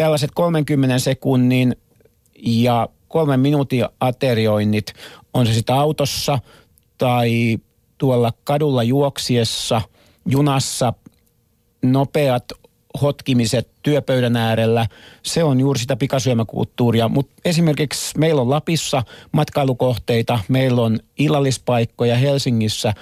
tällaiset 30 sekunnin ja 3 minuutin aterioinnit, on se sitten autossa tai tuolla kadulla juoksiessa, junassa, nopeat hotkimiset työpöydän äärellä, se on juuri sitä pikasyömäkulttuuria. Mutta esimerkiksi meillä on Lapissa matkailukohteita, meillä on illallispaikkoja Helsingissä,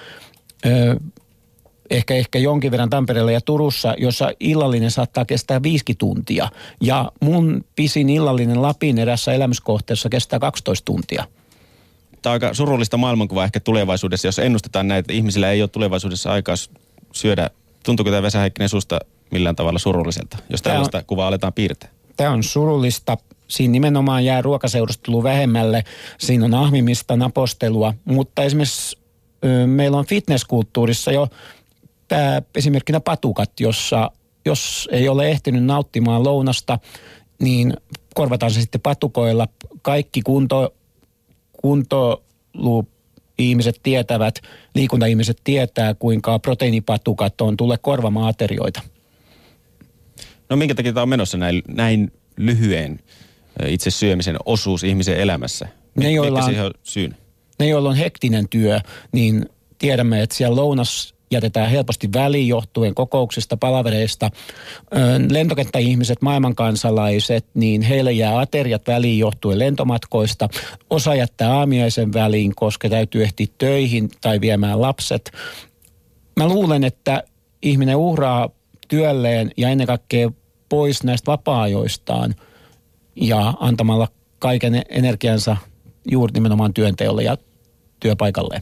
ehkä jonkin verran Tampereella ja Turussa, jossa illallinen saattaa kestää 5 tuntia. Ja mun pisin illallinen Lapin erässä elämyskohteessa kestää 12 tuntia. Tämä on aika surullista maailmankuvaa ehkä tulevaisuudessa, jos ennustetaan näitä, että ihmisillä ei ole tulevaisuudessa aikaa syödä. Tuntuuko tämä Vesa Heikkinen susta millään tavalla surulliselta, jos tällaista kuvaa aletaan piirtää? Tämä on surullista. Siinä nimenomaan jää ruokaseurustelu vähemmälle. Siinä on ahmimista, napostelua, mutta esimerkiksi meillä on fitnesskulttuurissa jo tämä esimerkkinä patukat, jossa jos ei ole ehtinyt nauttimaan lounasta, korvataan se sitten patukoilla. Kaikki kuntoihmiset tietävät, liikuntaihmiset tietää, kuinka proteiinipatukat on tule korvaamaan aterioita. No minkä takia tämä on menossa näin lyhyen itse syömisen osuus ihmisen elämässä? Mikä siihen on syyn? Ne, joilla on hektinen työ, niin tiedämme, että siellä lounas jätetään helposti väliin johtuen kokouksista, palavereista. Lentokenttäihmiset, maailmankansalaiset, niin heille jää ateriat väliin johtuen lentomatkoista. Osa jättää aamiaisen väliin, koska täytyy ehtiä töihin tai viemään lapset. Mä luulen, että ihminen uhraa työlleen ja ennen kaikkea pois näistä vapaa-ajoistaan ja antamalla kaiken energiansa juuri nimenomaan työnteolle ja työpaikalleen.